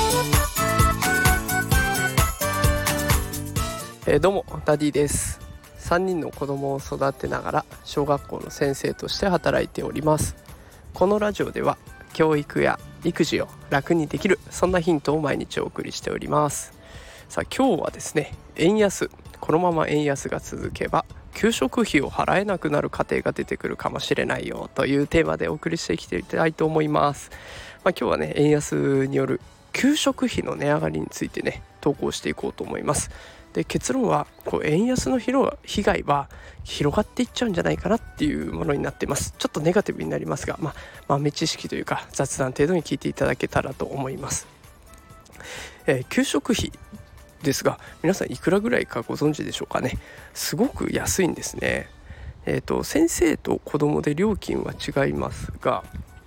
どうもダディです。3人の子供を育てながら小学校の先生として働いております。このラジオでは教育や育児を楽にできる、そんなヒントを毎日お送りしております。さあ今日はですね、円安、このまま円安が続けば給食費を払えなくなる家庭が出てくるかもしれないよというテーマでお送りしていきたいと思います。今日はね、円安による給食費の値上がりについてね投稿していこうと思います。で、結論は円安の被害は広がっていっちゃうんじゃないかなっていうものになっています。ちょっとネガティブになりますが、豆知識というか雑談程度に聞いていただけたらと思います。給食費ですが、皆さんいくらぐらいかご存知でしょうかね。すごく安いんですね。先生と子供で料金は違いますが、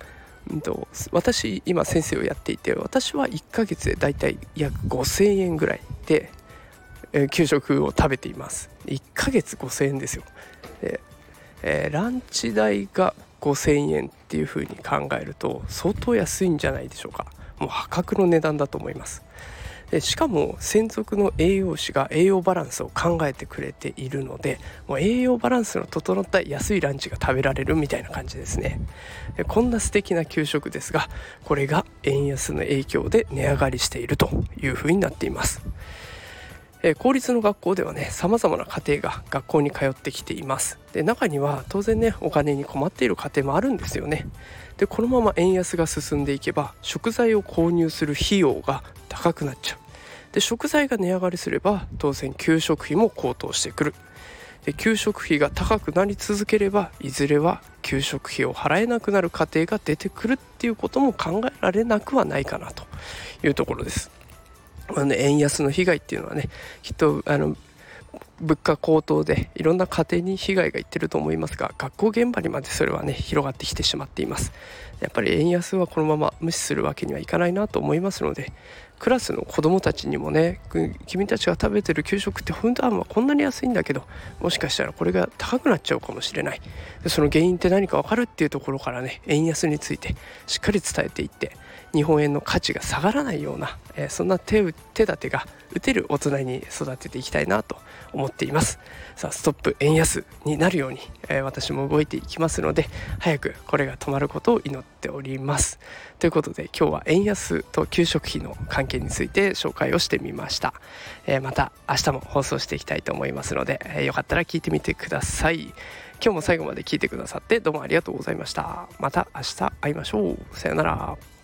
私今先生をやっていて、私は1ヶ月でだいたい約5000円ぐらいで給食を食べています。1ヶ月5000円ですよ。で、ランチ代が5000円っていう風に考えると相当安いんじゃないでしょうか。もう破格の値段だと思います。でしかも専属の栄養士が栄養バランスを考えてくれているので、もう栄養バランスの整った安いランチが食べられるみたいな感じですね。でこんな素敵な給食ですが、これが円安の影響で値上がりしているという風になっています。公立の学校ではね、様々な家庭が学校に通ってきています。で、中には当然ね、お金に困っている家庭もあるんですよね。で、このまま円安が進んでいけば食材を購入する費用が高くなっちゃう。で、食材が値上がりすれば当然給食費も高騰してくる。で、給食費が高くなり続ければいずれは給食費を払えなくなる家庭が出てくるっていうことも考えられなくはないかなというところです。円安の被害っていうのはね、きっと物価高騰でいろんな家庭に被害がいってると思いますが、学校現場にまでそれはね広がってきてしまっています。やっぱり円安はこのまま無視するわけにはいかないなと思いますので、クラスの子どもたちにもね、君たちが食べてる給食って普段はこんなに安いんだけど、もしかしたらこれが高くなっちゃうかもしれない。その原因って何か分かるっていうところからね、円安についてしっかり伝えていって、日本円の価値が下がらないような、そんな手立てが打てる大人に育てていきたいなと思っています。さあ、ストップ円安になるように、私も動いていきますので、早くこれが止まることを祈っております。ということで、今日は円安と給食費の関係について紹介をしてみました。また明日も放送していきたいと思いますので、よかったら聞いてみてください。今日も最後まで聞いてくださってどうもありがとうございました。また明日会いましょう。さよなら。